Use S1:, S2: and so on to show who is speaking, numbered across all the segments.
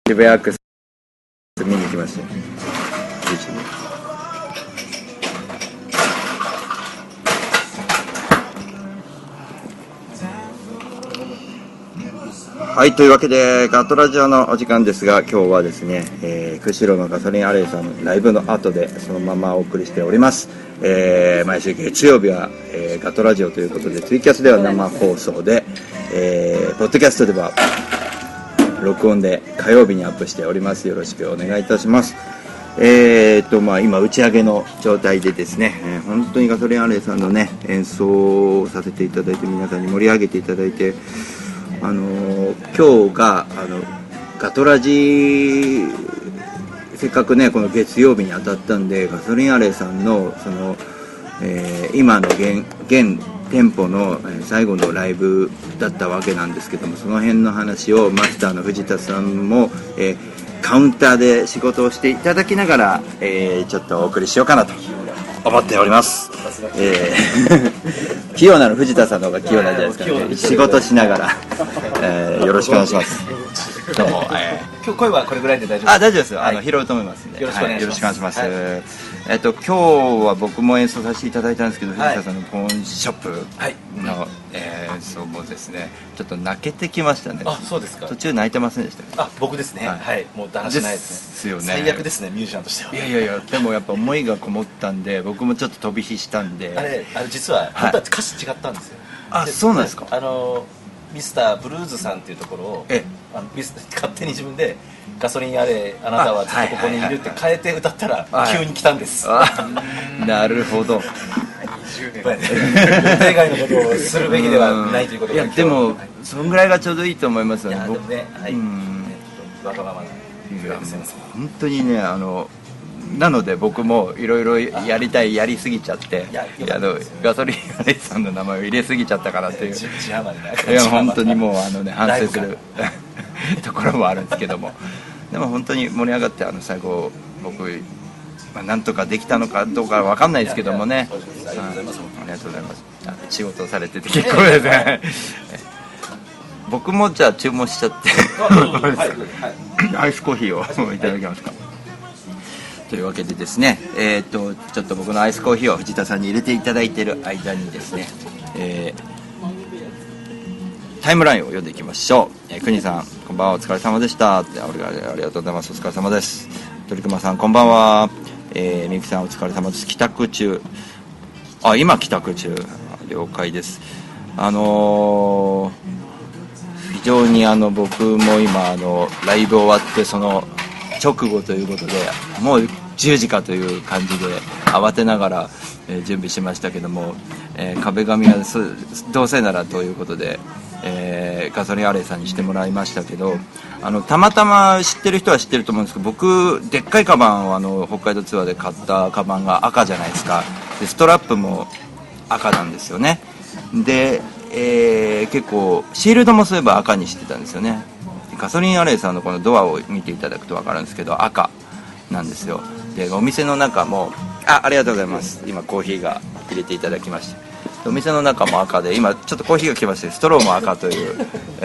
S1: 渋谷アックス見に行きました。はい、というわけでガトラジオのお時間ですが、今日はですね、釧路のガソリンアレイさんのライブの後でそのままお送りしております。毎週月曜日は、ガトラジオということで、ツイキャスでは生放送で、ポッドキャストでは録音で火曜日にアップしております。よろしくお願いいたします。今打ち上げの状態でですね、本当にガソリンアレイさんのね演奏をさせていただいて、皆さんに盛り上げていただいて、今日がガトラジせっかくねこの月曜日に当たったんで、ガソリンアレイさんのその、今の現店舗の最後のライブだったわけなんですけども、その辺の話をマスターの藤田さんも、カウンターで仕事をしていただきながら、ちょっとお送りしようかなと思っております。器用なの藤田さんの方が器用なんじゃないですかね。仕事しながら、よろしくお願いします。どうも、
S2: 今日声はこれぐらいで大丈夫ですか？
S1: 大丈夫ですよ。拾うと思いますんで、
S2: よろしくお願いします。
S1: よろしくお願いします。今日は僕も演奏させていただいたんですけど、藤田さんのポーンショップの演奏もですね、ちょっと泣けてきましたね。
S2: あ、そうですか。
S1: 途中泣いてませんでした？
S2: あ、僕ですね。はい、もうだらしないですね。
S1: ですよね。
S2: 最悪ですね、ミュージシャンとしては。
S1: いやでもやっぱ思いがこもったんで、僕もちょっと飛び火したんで。
S2: あれ実は本当は歌詞違ったんですよ。
S1: あ、そうなんですか。
S2: ミスターブルーズさんっていうところを勝手に自分でガソリンあれあなたはずっとここにいるって変えて歌ったら急に来たんです。
S1: なるほど。
S2: 予定外のことをするべきではないということが。
S1: いやでもそのぐらいがちょうどいいと思いますよね。
S2: わがままな。
S1: 本当にね、なので僕もいろいろやりすぎちゃって、ガソリンアレイさんの名前を入れすぎちゃったからっていう、いや本当にもう反省するところもあるんですけども、でも本当に盛り上がって、最後僕、なんとかできたのかどうかわかんないですけどもね。ありがとうございます。仕事をされてて結構ですね。僕もじゃあ注文しちゃってアイスコーヒーをいただけますか。というわけでですね、ちょっと僕のアイスコーヒーを藤田さんに入れていただいている間にですね、タイムラインを読んでいきましょう。国さん、こんばんは、お疲れ様でした。ありがとうございます。お疲れ様です。鳥熊さん、こんばんは。みゆきさん、お疲れ様です。帰宅中。今帰宅中。了解です。非常に僕も今ライブ終わってその直後ということで、もう10時かという感じで慌てながら、準備しましたけども、壁紙はどうせならということで、ガソリンアレイさんにしてもらいましたけど、たまたま知ってる人は知ってると思うんですけど、僕でっかいカバンを北海道ツアーで買ったカバンが赤じゃないですか。でストラップも赤なんですよね。で、結構シールドもそういえば赤にしてたんですよね。ガソリンアレイさんのこのドアを見ていただくと分かるんですけど、赤なんですよ。でお店の中もありがとうございます。今コーヒーが入れていただきました。お店の中も赤で、今ちょっとコーヒーが来まして、ストローも赤という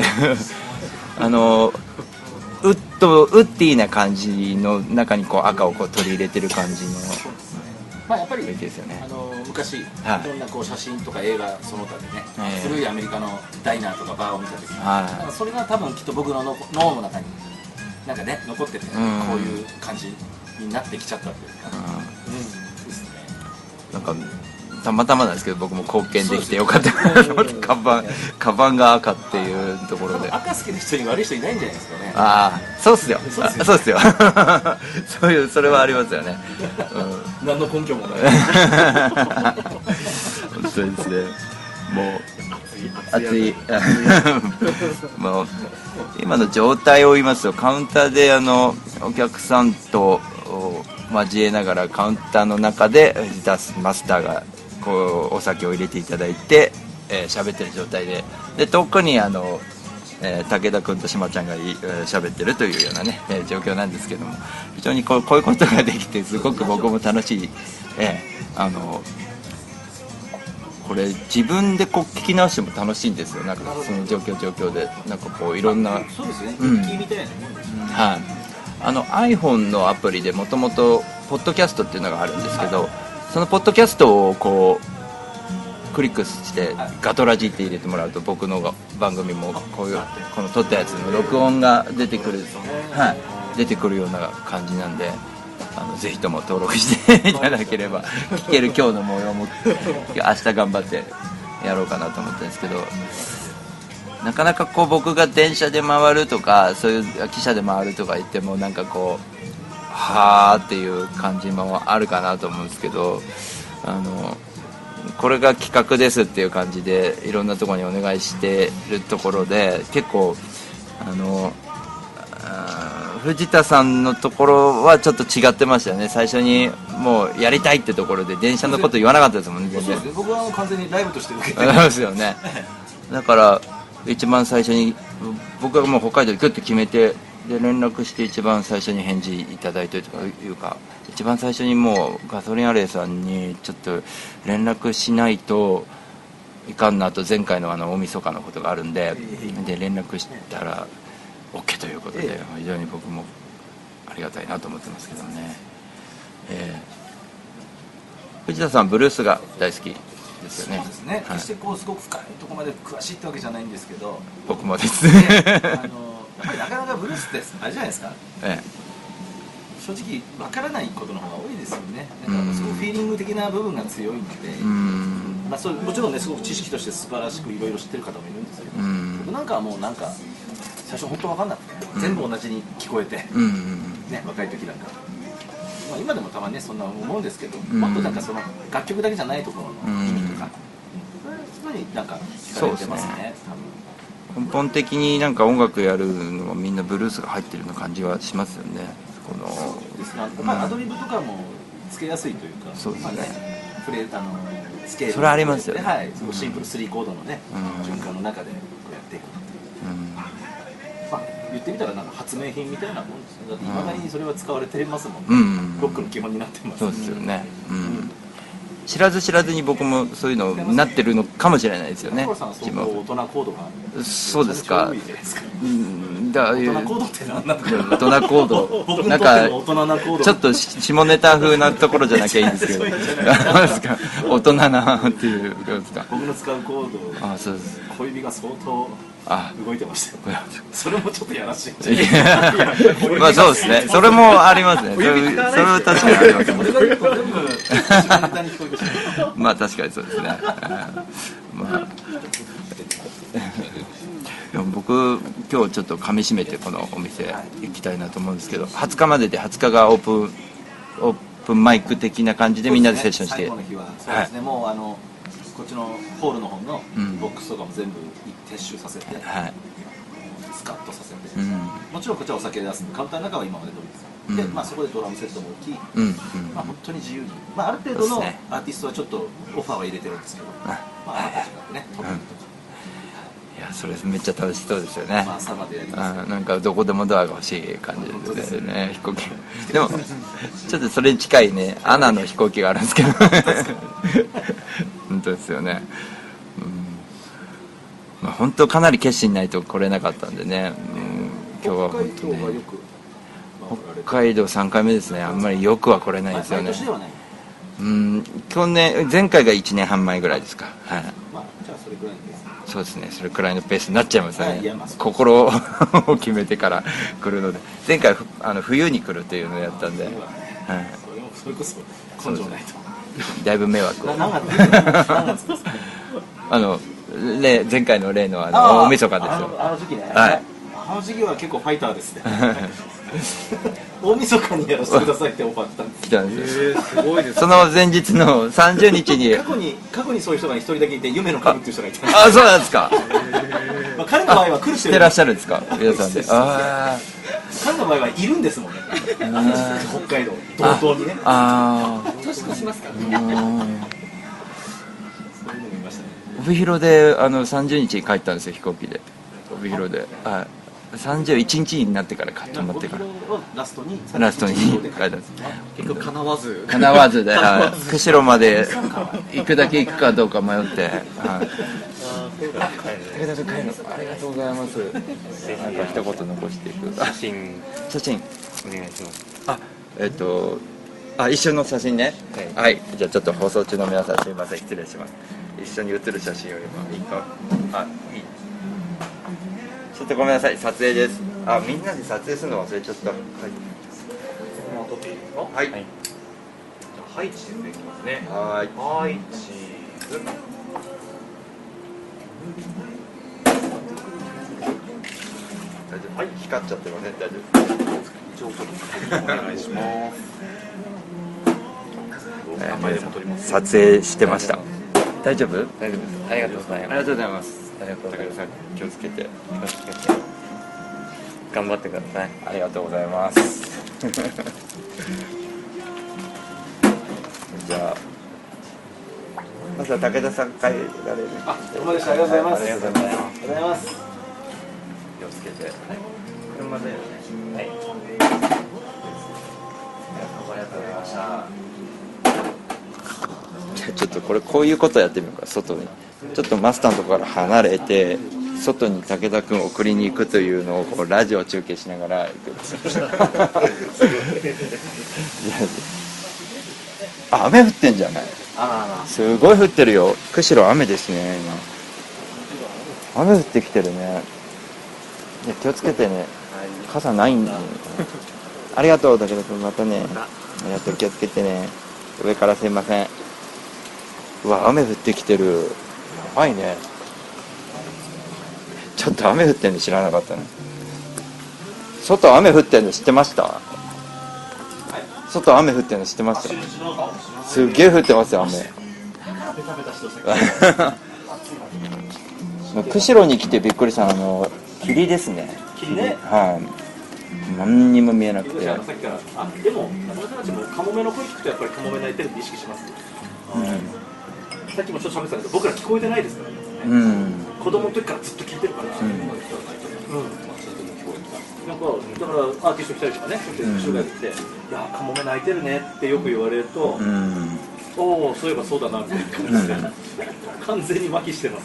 S1: ウッディーな感じの中にこう赤をこう取り入れてる感じの、
S2: やっぱり
S1: ですよね。
S2: 昔、いろんなこう写真とか映画その他でね、古いアメリカのダイナーとかバーを見た時に、それが多分きっと僕の脳の中になんかね残ってて、こういう感じになってきちゃったというか、ですね。なんか
S1: たまたまなんですけど、僕も貢献できてよかったなと思って、カバンが赤っていうところで。
S2: 赤好きな人に悪い人いないんじゃないですかね。
S1: そうっすよ。そうっすよ。それはありますよね。
S2: 何の根拠もない。
S1: 本当にですね。もう熱い。もう今の状態を言いますと、カウンターでお客さんと交えながら、カウンターの中でマスターがこうお酒を入れていただいて喋ってる状態で、遠くに武田君と島ちゃんが喋ってるというようなね、状況なんですけども、非常にこういうことができてすごく僕も楽しい、ここれ自分でこう聞き直しても楽しいんですよ。なんかその状況でなんかこういろんな、
S2: そうですね、日記みたいなもんですね。
S1: はい、iPhone のアプリでもともとポッドキャストっていうのがあるんですけど、そのポッドキャストをこうクリックしてガトラジって入れてもらうと、僕の番組もこういうこの撮ったやつの録音が出てくる、はい、出てくるような感じなんで、ぜひとも登録していただければ聞ける今日の模様も明日頑張ってやろうかなと思ってるんですけど、なかなかこう僕が電車で回るとかそういう汽車で回るとか言ってもなんかこうはーっていう感じもあるかなと思うんですけど、これが企画ですっていう感じでいろんなところにお願いしてるところで、結構藤田さんのところはちょっと違ってましたよね。最初にもうやりたいってところで電車のこと言わなかったですもんね。全然。
S2: そうですね、僕は完全にライブとして受けて
S1: そうですよね。だから一番最初に僕はもう北海道行くって決めて、で連絡して一番最初に返事いただいてというか、一番最初にもうガソリンアレイさんにちょっと連絡しないといかんなと、前回の大晦日のことがあるんで、で連絡したら OK ということで、非常に僕もありがたいなと思ってますけどね。藤田さんブルースが大好きですよね。
S2: そうですね、決してこうすごく深いところまで詳しいってわけじゃないんですけど、
S1: 僕もです
S2: やっぱりなかなかブルースってあれじゃないですか、正直わからないことの方が多いですよね。なんかすごくフィーリング的な部分が強いので、そうもちろんねすごく知識として素晴らしくいろいろ知ってる方もいるんですけど、僕なんかはもうなんか最初本当わかんなくて、全部同じに聞こえて、ね、若い時なんか、今でもたまにねそんな思うんですけど、もっとなんかその楽曲だけじゃないところの意味とか、それになんか聞かれてますね。
S1: 根本的になんか音楽やるのもみんなブルースが入ってるような感じはしますよね。
S2: そうですね、アドリブとかもつけやすいというか、
S1: そうですね、
S2: スケール
S1: それありますよね、
S2: はい、すごいシンプル3コードのね、循環の中でこうやっていくっていう、言ってみたらなんか発明品みたいなもんですね。だって今だにそれは使われてますもんね、ロックの基本になってます。
S1: そうですよね、知らず知らずに僕もそういうのになってるのかもしれないですよね。
S2: 大人コードがある。
S1: そうですか。
S2: 大人コードって何なんだろう。
S1: 大人コード。なんかちょっと下ネタ風なところじゃなきゃいいんですけど。大人なっていうことですか。
S2: 僕の使うコード。
S1: そうです。
S2: 小指が相当動いてましたよ。それもちょっとやらしい。
S1: まあそうですね。それもありますね。それは確かにありますね。まあ確かにそうですね。僕今日ちょっと噛み締めてこのお店行きたいなと思うんですけど、20日までで20日がオープンマイク的な感じでみんなでセッションして、
S2: 最後の日はそうですね、もうこっちのホールの方のボックスとかも全部撤収させて、スカッとさせて、もちろんこっちはお酒出すカウンターの中は今まで通りです。で、そこでドラムセットも置き、本当に自由に、ある程度のアーティストはちょっとオファーは入れてるんですけど、あなたたちがね、
S1: いやそれめっちゃ楽しそうですよね。
S2: 朝までやります。
S1: なんかどこでもドアが欲しい感じですね。飛行機でもちょっとそれに近いねアナの飛行機があるんですけど本当ですよね。本当かなり決心ないと来れなかったんでね、今日は本当ね北海道3回目ですね。あんまりよくは来れないですよね。去年前回が1年半前ぐらいですか。
S2: じゃあそれくらいです。
S1: そうですね、それくらいのペースになっちゃいますね。心を決めてから来るので、前回冬に来るというのをやったんで、
S2: それこそ根性ないと
S1: だいぶ迷惑を前回の例の大晦日ですよ。
S2: あの時期ね、あの時期は結構ファイターですね大晦日にやらせてくださいってオファー来たんですよ。
S1: すごいです。その前日の30日に
S2: 過去にそういう人が一人だけいて、夢の神っていう人がいて、
S1: そうなんですか。
S2: 彼の場合は来る人
S1: してらっしゃるんですか、皆さんで。
S2: 彼の場合はいるんですもんね、北海道道東にね。年越しますからね。そういうのもいましたね。
S1: 帯広で30日に帰ったんですよ、飛行機で。帯広で、 31日になってから買ってもらってから
S2: ラストに
S1: 書いたんです
S2: 結局叶わず
S1: で、釧路まで行くだけ行くかどうか迷って、武田君帰るのありがとうございます。なんか一言残していく写真お願いします。一緒の写真ね、はい、じゃあちょっと放送中の皆さんすみません、失礼します。一緒に写る写真よりもいいか、いい、ちょっとごめんなさい、撮影です。みんなで撮影するの忘れちゃった。はい、はい、
S2: はい、チーズでいきますね。
S1: はい、
S2: チーズ。
S1: 大丈夫、はい、光っちゃってません、大丈夫。
S2: 一応お願いします。
S1: 撮影してました。大丈夫？
S3: 大丈夫です。ありがとうございます。
S1: ありがとうございます。
S3: ありがとうございます。
S1: 気をつけて。
S3: 頑張ってください。
S1: ありがとうございます。じゃあ、まずは武田さん帰られる。
S2: お待ちして、ありがとうございます。
S3: ありがとうございます。
S2: ありがとうございます。
S1: 気をつけて。車だよね。
S3: はい。
S2: ありがとうございました。
S1: じゃあちょっとこういうことやってみようか。外にちょっとマスターのところから離れて、外に武田君を送りに行くというのをこうラジオ中継しながら行く。雨降ってんじゃない？すごい降ってるよ。釧路雨ですね今。雨降ってきてるね。いや気をつけてね。傘ないんだ。ありがとう武田君、またね。ありがとう、気をつけてね。上からすいません。うわ、雨降ってきてる。やばいね。ちょっと雨降ってんの知らなかったね。外雨降ってんの知ってました？外雨降ってんの知ってました？すっげえ降ってますよ雨。釧路に来てびっくりした霧ですね。
S2: 霧ね。
S1: はい。何にも見えなくて。
S2: さっきからでも私たちもカモメの声聞くとやっぱりカモメ鳴いてるって意識します。さっきもちょっと喋ってたけど僕ら聞こえてないですからね。子供の時からずっと聞いてるから。なんかだからアーティスト来たりとかね、釧路が来て、いやカモメ鳴いてるねってよく言われると、おおそういえばそうだなみたいな感じで完全に麻痺してます。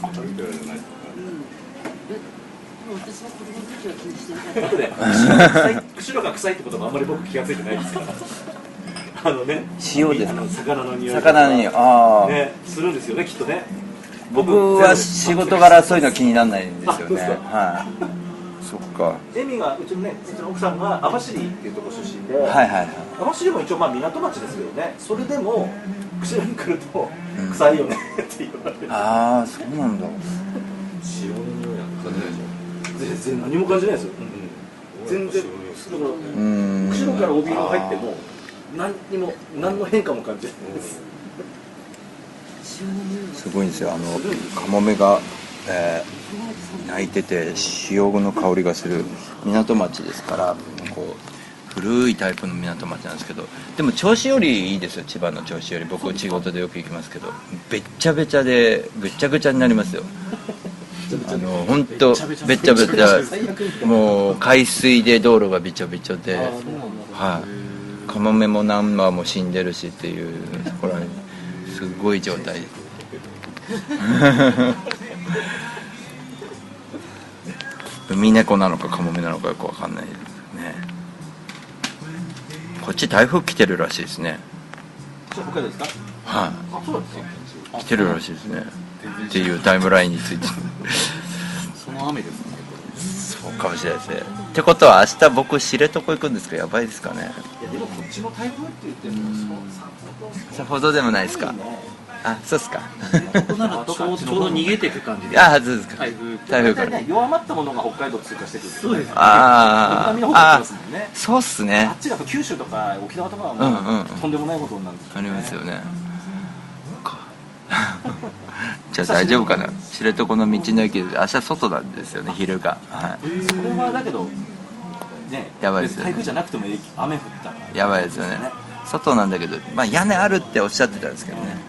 S4: 私は子供の時は気にしてなかった。
S2: あとね、釧路が臭いってこともあんまり僕気がついてないですから。
S1: 塩ですか？
S2: 魚の匂い。
S1: 魚の匂い。
S2: ね、するんですよね、きっとね。
S1: 僕は仕事柄そういうの気にならないんですよね。はい。そっか。
S2: エミがうちの奥さんが網走っていうところ出身で、
S1: はいはいはい。
S2: 網走も一応港町ですけどね。それでも釧路に来ると臭いよねって言われる。
S1: ああ、そうなんだ。
S2: 塩の匂いなんか感じないでしょ。全然何も感じないですよ。全然。だから釧路から帯広入っても何の変化も感じないです。
S1: すごいんですよ。カモメが、鳴いてて潮の香りがする港町ですから、こう古いタイプの港町なんですけど、でも銚子よりいいですよ。千葉の銚子より。僕仕事でよく行きますけど、べっちゃべちゃでぐっちゃぐちゃになりますよ。本当べっちゃべちゃ、もう海水で道路がびちょびちょで、はい、カモメも何羽も死んでるしっていうところにすごい状態です。ウミネコなのかカモメなのかよくわかんないですね。こっち台風来てるらしいですね。
S2: 北海道ですか？
S1: はい、
S2: あ、そうですか。
S1: 来てるらしいですね。っていうタイムラインについて
S2: その雨ですかね。
S1: そうかもしれないですね。ってことは明日僕知床行くんですか？やばいですかね。
S2: いやでもこっちの台風って言っても
S1: さほどでもないですか。あ、そうですか。
S2: ちょうど逃げていく感じで。
S1: あ、そうですか。台風から。
S2: 弱まったものが北海道通過してくる。そうです。
S1: ああ、そうっすね。
S2: あっちだと九州とか沖縄とかはもうとんでもないことになるんですよね。
S1: ありますよね。じゃあ大丈夫かな。知床の道の駅で明日外なんですよね、昼が。
S2: はい。それはだけどね、
S1: やばいですよね。
S2: 台風じゃなくても雨降ったら
S1: やばいですよね。外なんだけど、まあ屋根あるっておっしゃってたんですけどね。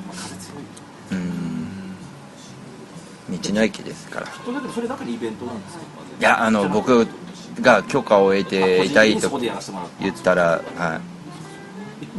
S1: 道の駅ですから。
S2: だけどそれだけにイベントなんですか？
S1: いや、僕が許可を得ていたいと
S2: そこでやらせてもらう
S1: 言ったら、はい、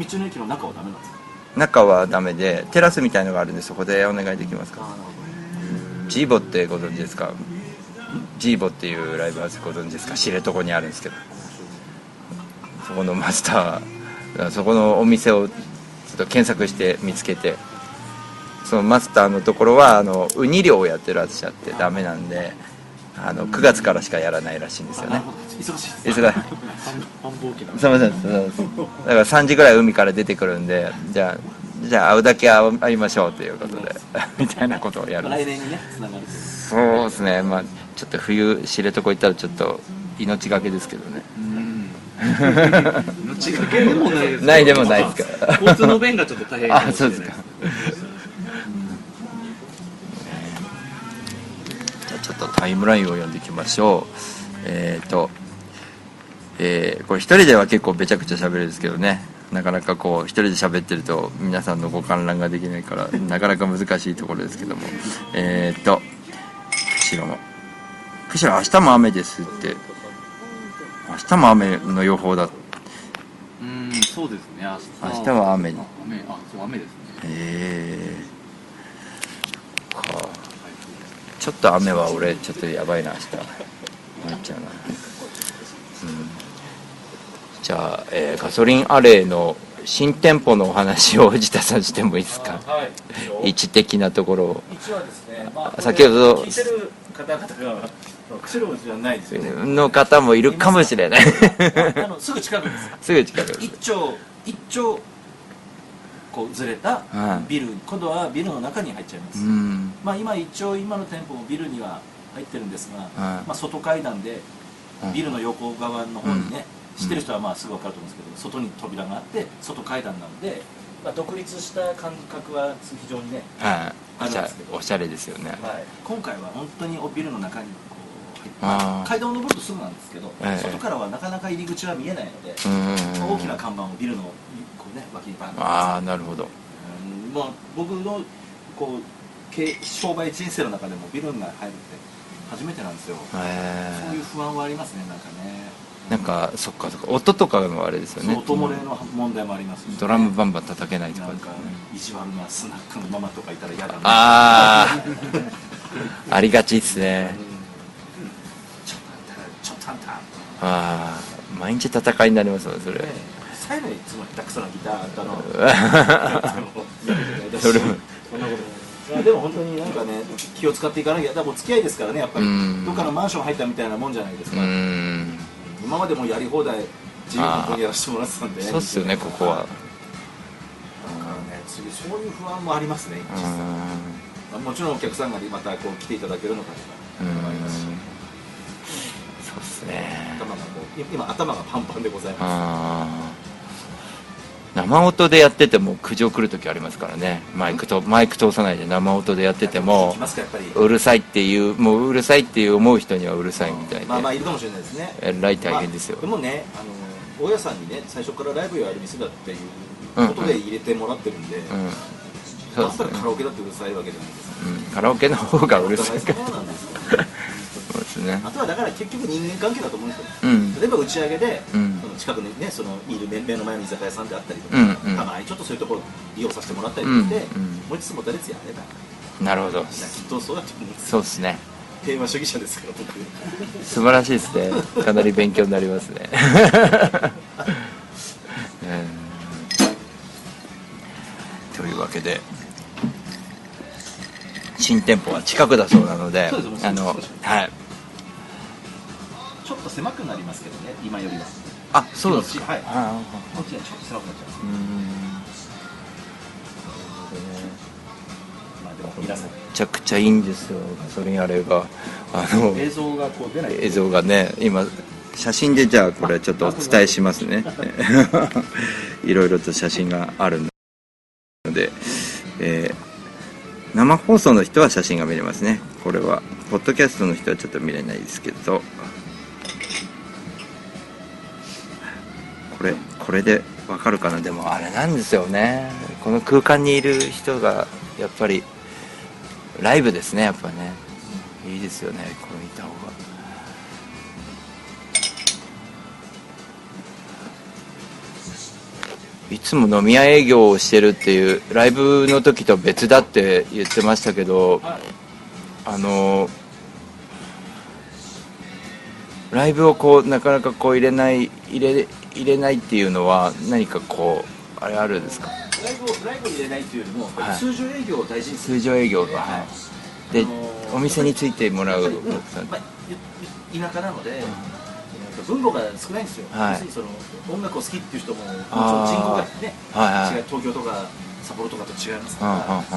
S2: 道の駅の中はダメなんですか？
S1: 中はダメでテラスみたいのがあるんで、そこでお願いできますか？ジーボってご存知ですか？ジーボっていうライブハウスご存知ですか？知床にあるんですけど、そこのマスター、そこのお店をちょっと検索して見つけて、そのマスターのところはウニ漁をやってらっしゃってダメなんで、9月からしかやらないらしいんですよね。
S2: 忙しい
S1: 忙しい。すいません。だから3時ぐらい海から出てくるんで、じゃあ会うだけ会いましょうということでみたいなことをやるんです。
S2: 来年にねつながる。
S1: そうですね。まあちょっと冬知床行ったらちょっと命がけですけどね。
S3: 命がけでもないです。
S1: ないでもないですか。
S3: 交通の便がちょっと大変かもしれない。
S1: そうですか。じゃあちょっとタイムラインを読んでいきましょう。これ一人では結構べちゃくちゃ喋るんですけどね、なかなかこう一人で喋ってると皆さんのご観覧ができないからなかなか難しいところですけども、釧路明日も雨ですって。明日も雨の予報だ。
S3: そうですね。
S1: 明日は雨。
S3: そう雨ですね。
S1: ちょっと雨は俺ちょっとやばいな、明日なっちゃうな。じゃあ、ガソリンアレイの新店舗のお話を藤田さんしてもいいですか？
S2: はい、
S1: 位置的なところを。
S2: 位置はですね、
S1: 先ほど
S2: 聞いてる方々が釧路じゃないですよね。
S1: の方もいるかもしれない。
S2: すぐ近くです。
S1: すぐ近く。
S2: 一丁こうずれたビル、今度はビルの中に入っちゃいます。まあ今今の店舗もビルには入ってるんですが、まあ外階段でビルの横側の方にね、知ってる人はまあすぐ分かると思うんですけど、外に扉があって外階段なので、まあ、独立した感覚は非常にね、
S1: おしゃれですよね。
S2: 今回は本当にビルの中にこう入って、階段を登るとすぐなんですけど、外からはなかなか入り口は見えないので、大きな看板をビルのこう、ね、脇にバンと。
S1: なるほど。
S2: まあ、僕のこう商売人生の中でもビルに入るって初めてなんですよ。そういう不安はありますね、なんかね。
S1: なんかそっか音とかのあれですよね。
S2: 音漏れの問題もありますし、
S1: ドラムバンバン叩けないとか。
S2: なんか意地悪なスナックのママとかいたら嫌だな。
S1: ありがちですね。
S2: ちょっとあんた。
S1: 毎日戦いになりますもんそれ。
S2: 最後にいつも下手くそなギターだの。それも。でも本当になんかね、気を使っていかなきゃ。だからもう付き合いですからね、やっぱりどっかのマンション入ったみたいなもんじゃないですか。今までもやり放題自由にここにやらせてもらってたんで。
S1: そうっすよね、ここは。
S2: だからね、次そういう不安もありますね。もちろんお客さんがまたこう来ていただけるのかとかありますし。
S1: そうっすね。
S2: 今頭がパンパンでございます。
S1: 生音でやってても苦情来る時ありますからね。マイク通さないで生音でやっててもうるさいっていう思う人にはうるさいみたいで、
S2: まあいるかもしれないですね。
S1: えらい大変ですよ。
S2: でもね、大家さんにね、最初からライブやる店だっていうことで入れてもらってるんで、だったらカラオケだってうるさいわけじゃないですか。
S1: カラオケの方がうるさいから。
S2: そうなんですよ。
S1: そうですね。
S2: あとはだから結局人間関係だと思うんですよ。例えば打ち上げで近くにね、そのいる目の前の居酒屋さんであったりとか、たまにちょっとそういうところ利用させてもらったりして持ちつ持たれつやれば。
S1: なるほど。
S2: きっとそうだと思うんです。
S1: そうですね。
S2: 平和主義者ですから僕。
S1: 素晴らしいですね。かなり勉強になりますね。というわけで新店舗は近くだそうなので、はい。
S2: ちょっと狭くなりますけどね、今よりは。
S1: そうですか。
S2: はい。こっちはちょっと狭くなっちゃいます。まあでも皆さんめ
S1: ちゃくちゃいいんですよ、ガソリンあれが。
S2: 映像がこう出ない。
S1: 映像がね、今写真でじゃあこれちょっとお伝えしますね。いろいろと写真があるので、生放送の人は写真が見れますね。これはポッドキャストの人はちょっと見れないですけど、これでわかるかな。でもあれなんですよね、この空間にいる人がやっぱりライブですね。やっぱねいいですよね、これ見た方が。 いつも飲み屋営業をしてるっていうライブの時と別だって言ってましたけど、ライブをこうなかなかこう入れないっていうのは何かこうあるんですか？
S2: ライブを入れないっていうよりも、はい、通常営業を大事にする。
S1: 通常営業が、はい、で、お店についてもらう、
S2: 田舎なので、分母が少ないんですよ。
S1: はい、
S2: 要するにその音楽を好きっていう人も人口がね、はいはい、違う、東京とか札幌とかと違いますから、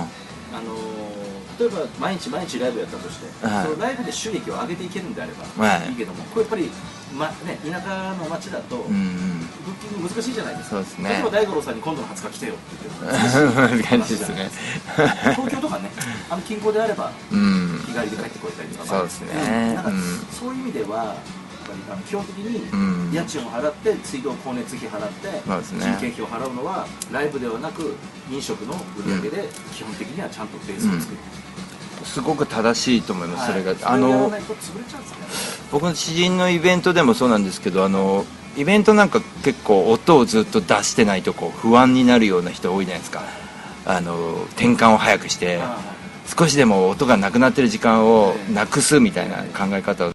S2: 例えば毎日ライブやったとして、はい、そのライブで収益を上げていけるんであれば、はい、いいけども、これやっぱり、田舎の町だと、ブッキング難しいじゃないですか。そうですね、例えば大五郎さんに今度の20日来てよって言って難しいですね。東京とかね、近郊であれば、日帰りで帰ってこれたりとか、そうですね。なんかそういう意味では基本的に家賃を払って水道光熱費払って人件費を払うのはライブではなく飲食の売り上げで基本的にはちゃんとベースを作る、
S1: すごく正しいと思います、はい、それが僕の知人のイベントでもそうなんですけど、イベントなんか結構音をずっと出してないとこう不安になるような人多いじゃないですか。転換を早くして少しでも音がなくなってる時間をなくすみたいな考え方を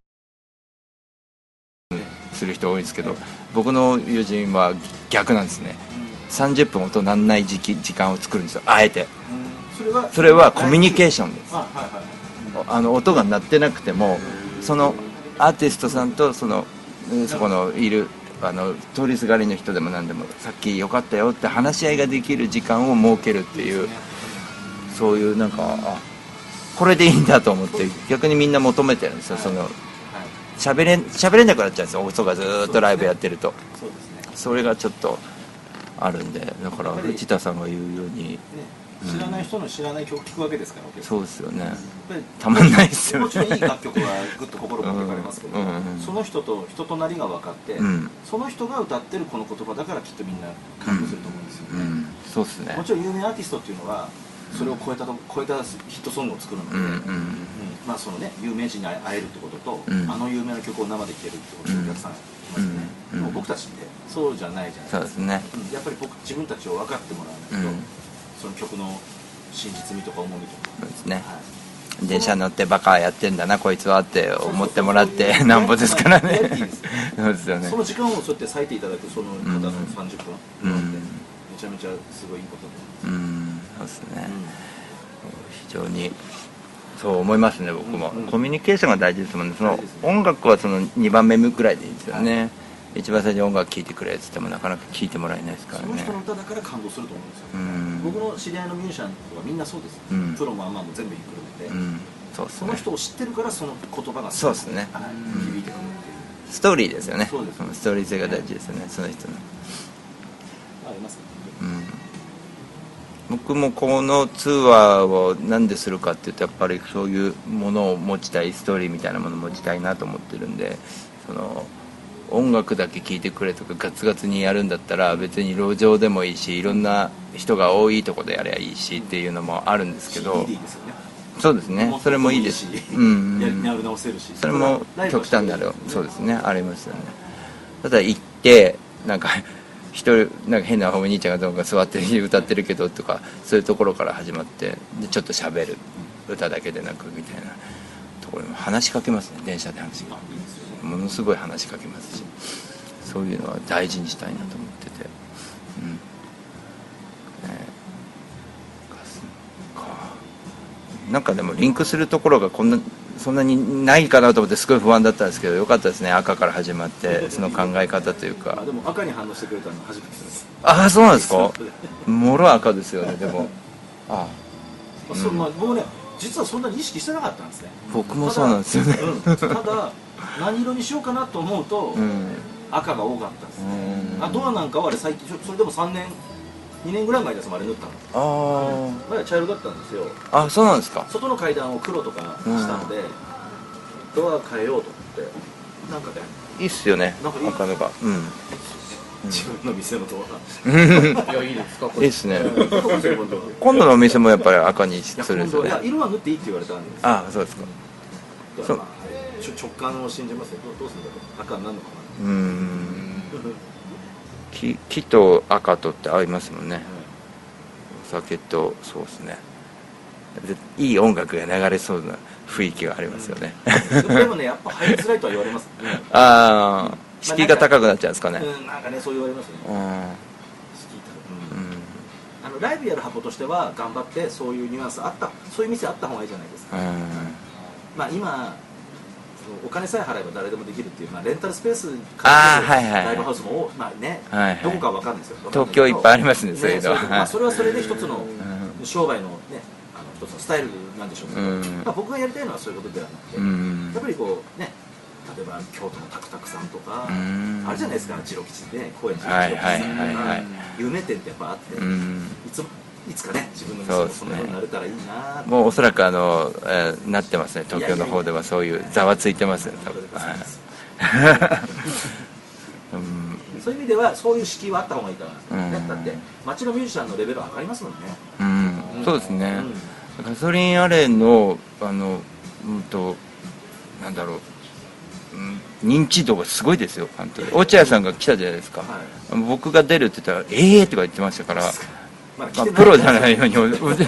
S1: する人多いんですけど、僕の友人は逆なんですね。30分音なんない時間を作るんですよ、あえて。それはコミュニケーションです。音が鳴ってなくてもそのアーティストさんとそこのいる通りすがりの人でも何でもさっきよかったよって話し合いができる時間を設けるっていう、そういうなんかこれでいいんだと思って逆にみんな求めてるんですよ。喋れなくなっちゃうんですよ、音がずっとライブやってると。それがちょっとあるんで、だから藤田さんが言うように、
S2: 知らない人の知らない曲聴くわけですから。
S1: そうですよね、たまんないですよね。
S2: もちろんいい楽曲はぐっと心持ってかれますけど、その人と人となりが分かって、その人が歌ってるこの言葉だからきっとみんな感動すると思うんですよね。
S1: そうですね。
S2: もちろん有名アーティストっていうのはそれを超えたヒットソングを作るので、そのね、有名人に会えるってことと、有名な曲を生で聴けるってことをお客さんいますよね。でも僕たちってそうじゃないじゃないですか。やっぱり自分たちを分かってもらわないと、その曲の真実味とか重みとか。そうですね。
S1: 電車乗ってバカやってんだなこいつはって思ってもらってなんぼですからね。そうですよね。
S2: その時間をそうやって割いていただくその方の30分、めちゃめちゃすごいいいことだと思います。
S1: そうですね。非常にそう思いますね。僕もコミュニケーションが大事ですもんね。その音楽はその2番目ぐらいでいいんですよね。一番最初に音楽聴いてくれって言ってもなかなか聴いてもらえないですからね。
S2: その人の歌だから感動すると思うんですよ。僕の知り合いのミュージシャンはみんなそうです。プロもアマも全部ひっくるめて、その人を知ってるからその言葉が
S1: そうですね、
S2: 響いてくるっていう
S1: ストーリーですよね。ストーリー性が大事ですよね、その人の。
S2: ありますね。
S1: 僕もこのツアーを何でするかっていうとやっぱりそういうものを持ちたい、ストーリーみたいなものを持ちたいなと思ってるんで、その音楽だけ聴いてくれとかガツガツにやるんだったら別に路上でもいいしいろんな人が多いとこでやればいいしっていうのもあるんですけど、そうですね、それもいいですし、それも極端なる、そうですね、ありますよね。ただ行ってなんか一人なんか変なお兄ちゃんがどうか座って歌ってるけどとかそういうところから始まってでちょっと喋る歌だけでなくみたいなところに話しかけますね。電車で話がものすごい話しかけますし、そういうのは大事にしたいなと思ってて、なんかでもリンクするところがそんなにないかなと思ってすごい不安だったんですけど、よかったですね。赤から始まってその考え方というか。
S2: でも赤に反応してくれたの初めてです。
S1: あ、そうなんですか。もろ赤ですよね。でも
S2: 僕ね実はそんなに意識してなかったんですね。
S1: 僕もそうなんですよね。
S2: ただ何色にしようかなと思うと赤が多かったです。ドアなんかはあれ最近それでも2年ぐらい前ですもん、あれ塗ったの。まだ茶色だったんですよ。
S1: あ、そうなんですか。
S2: 外の階段を黒とかしたので、ドア変えようと思って、なんかね
S1: いいっすよね、赤のが。
S2: 自分の店のドア。いや、いいですか。
S1: いいっすね。今度のお店もやっぱり赤にするんですよね。
S2: 色は塗っていいって言われたんです。
S1: あ、そうですか。
S2: 直感を信じますよ。どうするんだろう。赤になるのかな。
S1: 木と赤とって合いますもんね、お酒と。そうですね、いい音楽が流れそうな雰囲気がありますよね、
S2: でもねやっぱ入りづらいとは言われますね。
S1: ああ、敷居が高くなっちゃうんですかね。
S2: なんかね、そう言われますよね。ライブやる箱としては頑張ってそういうニュアンスあった、そういう店あった方がいいじゃないですか。まあ今お金さえ払えば誰でもできるっていう、まあ、レンタルスペースからライブハウスも、まあね、どこかわかんないですよ。
S1: 東京いっぱいありますね、そういうの。
S2: まあそれはそれで一つの商売のね、一つのスタイルなんでしょうけど、まあ僕がやりたいのはそういうことではなくて、やっぱりこうね、例えば京都のタクタクさんとかあれじゃないですか、ジロ吉で高円寺のジロ吉さんとか有名店ってやっぱあって、いつかね自分の店もそんな風になれたらいいな。
S1: もうおそらくなってますね、東京の方では。そういうざわついてますね、多分。
S2: そういう意味ではそういう敷居はあった方がいいかな、だって街のミュージシャンのレベルは上がりますもんね。
S1: そうですね、ガソリンアレンのなんだろう、認知度がすごいですよ、本当に。落合さんが来たじゃないですか、僕が出るって言ったら「ええ」とか言ってましたから、まあ、プロじゃないように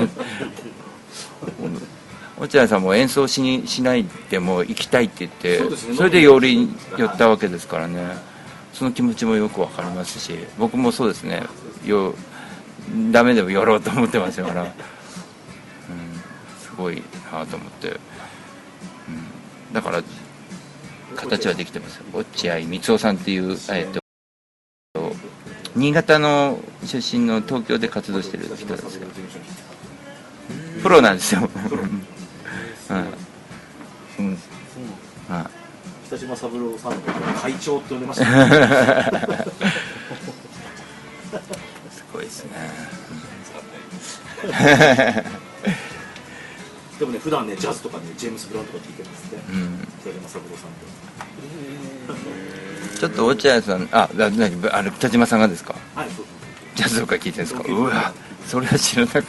S1: 落合さんも演奏しないでも行きたいって言って、それで寄ったわけですからね。その気持ちもよくわかりますし、僕もそうですね、ダメでも寄ろうと思ってますから、すごいなと思って、だから形はできてますよ。落合光雄さんっていう、新潟の出身の東京で活動してる人ですよ。プロなんですよ。
S2: 北島三郎さんの会長って呼んでましたね。
S1: すごいですね。
S2: でもね、普段ね、ジャズとかね、ジェームス・ブラウンとか聞いてるんですって、北島三郎さんって。
S1: ちょっと落合さん、北島さんがですか？
S2: はい、そう
S1: ジャズとか聞いてるんですか？うわ、それは知らなかった。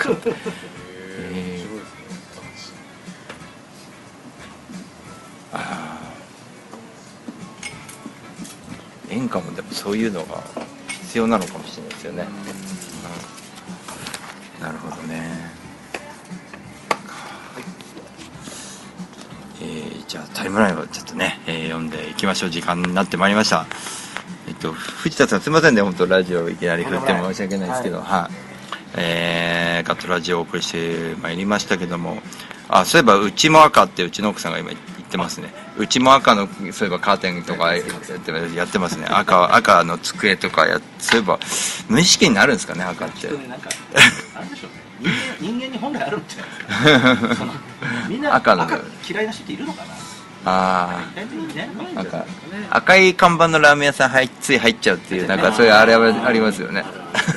S1: 演歌もでもそういうのが必要なのかもしれないですよね。なるほどね。じゃあタイムラインをちょっとね、読んでいきましょう。時間になってまいりました。藤田さんすみませんね、本当ラジオいきなり振って申し訳ないですけど、ガットラジオをお送りしてまいりましたけども、そういえばうちも赤ってうちの奥さんが今言ってますね。うちも赤のそういえばカーテンとかやってますね。赤の机とかそういえば無意識になるんですかね、赤って。
S2: なんかあるでしょうね。人間に本来あるんじゃないですか。みんな赤嫌いな人っているのかな。
S1: 赤い看板のラーメン屋さんつい入っちゃうっていう、なんかそういうあれありますよね。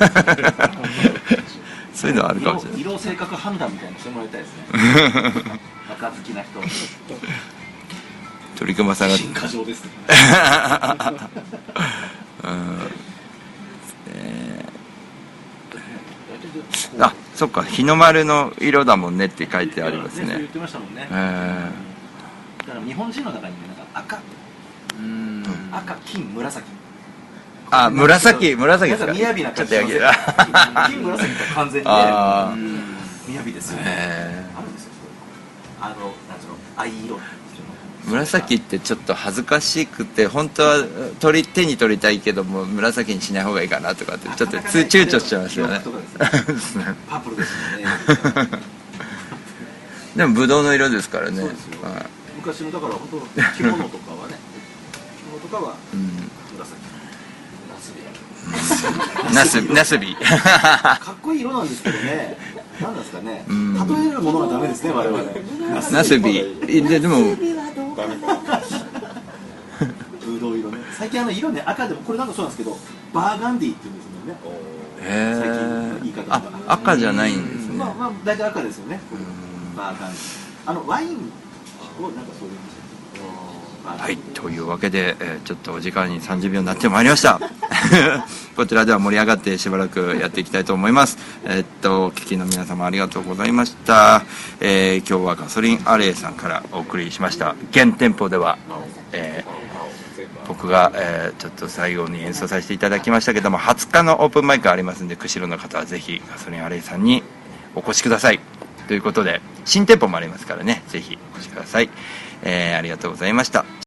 S1: そういうのはあるかもしれない。
S2: 色性格判断みたいなのしてもらいたいですね。赤好きな人。
S1: 鳥熊さんが。
S2: 進化上ですね。
S1: そっか、日の丸の色だもんねって書いてありますね。
S2: そう言ってましたもんね。だから日本人の中にね、なんか赤、金、紫。
S1: 紫ですか。
S2: 雅な感じ。金、紫と完全にね、雅ですよね。あるんですよ。なんつうの、藍色。
S1: 紫ってちょっと恥ずかしくて、本当は手に取りたいけども紫にしない方がいいかなとかってちょっと躊躇しちゃいますよね。
S2: パープルですよね。
S1: でもブドウの色ですからね。
S2: 昔のだから本当着物とかはね、着物とかは紫。ナスビ。かっこいい色なんですけどね。なんですかね。例えるものはダメですね、我々。
S1: ナスビ。でも。
S2: ブドウ色ね。最近色ね、赤でもこれなんかそうなんですけど、バーガンディって言うんですよね。最近言い方が。
S1: 赤じゃないんですね。
S2: まあ大体赤ですよね。バーガンディ。ワインをなんかそういう。
S1: はい、というわけで、ちょっとお時間に30秒になってまいりましたこちらでは盛り上がってしばらくやっていきたいと思います。お聞きの皆様ありがとうございました。今日はガソリンアレイさんからお送りしました。現店舗では、 僕が、ちょっと最後に演奏させていただきましたけども、20日のオープンマイクありますんで、釧路の方はぜひガソリンアレイさんにお越しくださいということで、新店舗もありますからね、ぜひお越しください。ありがとうございました。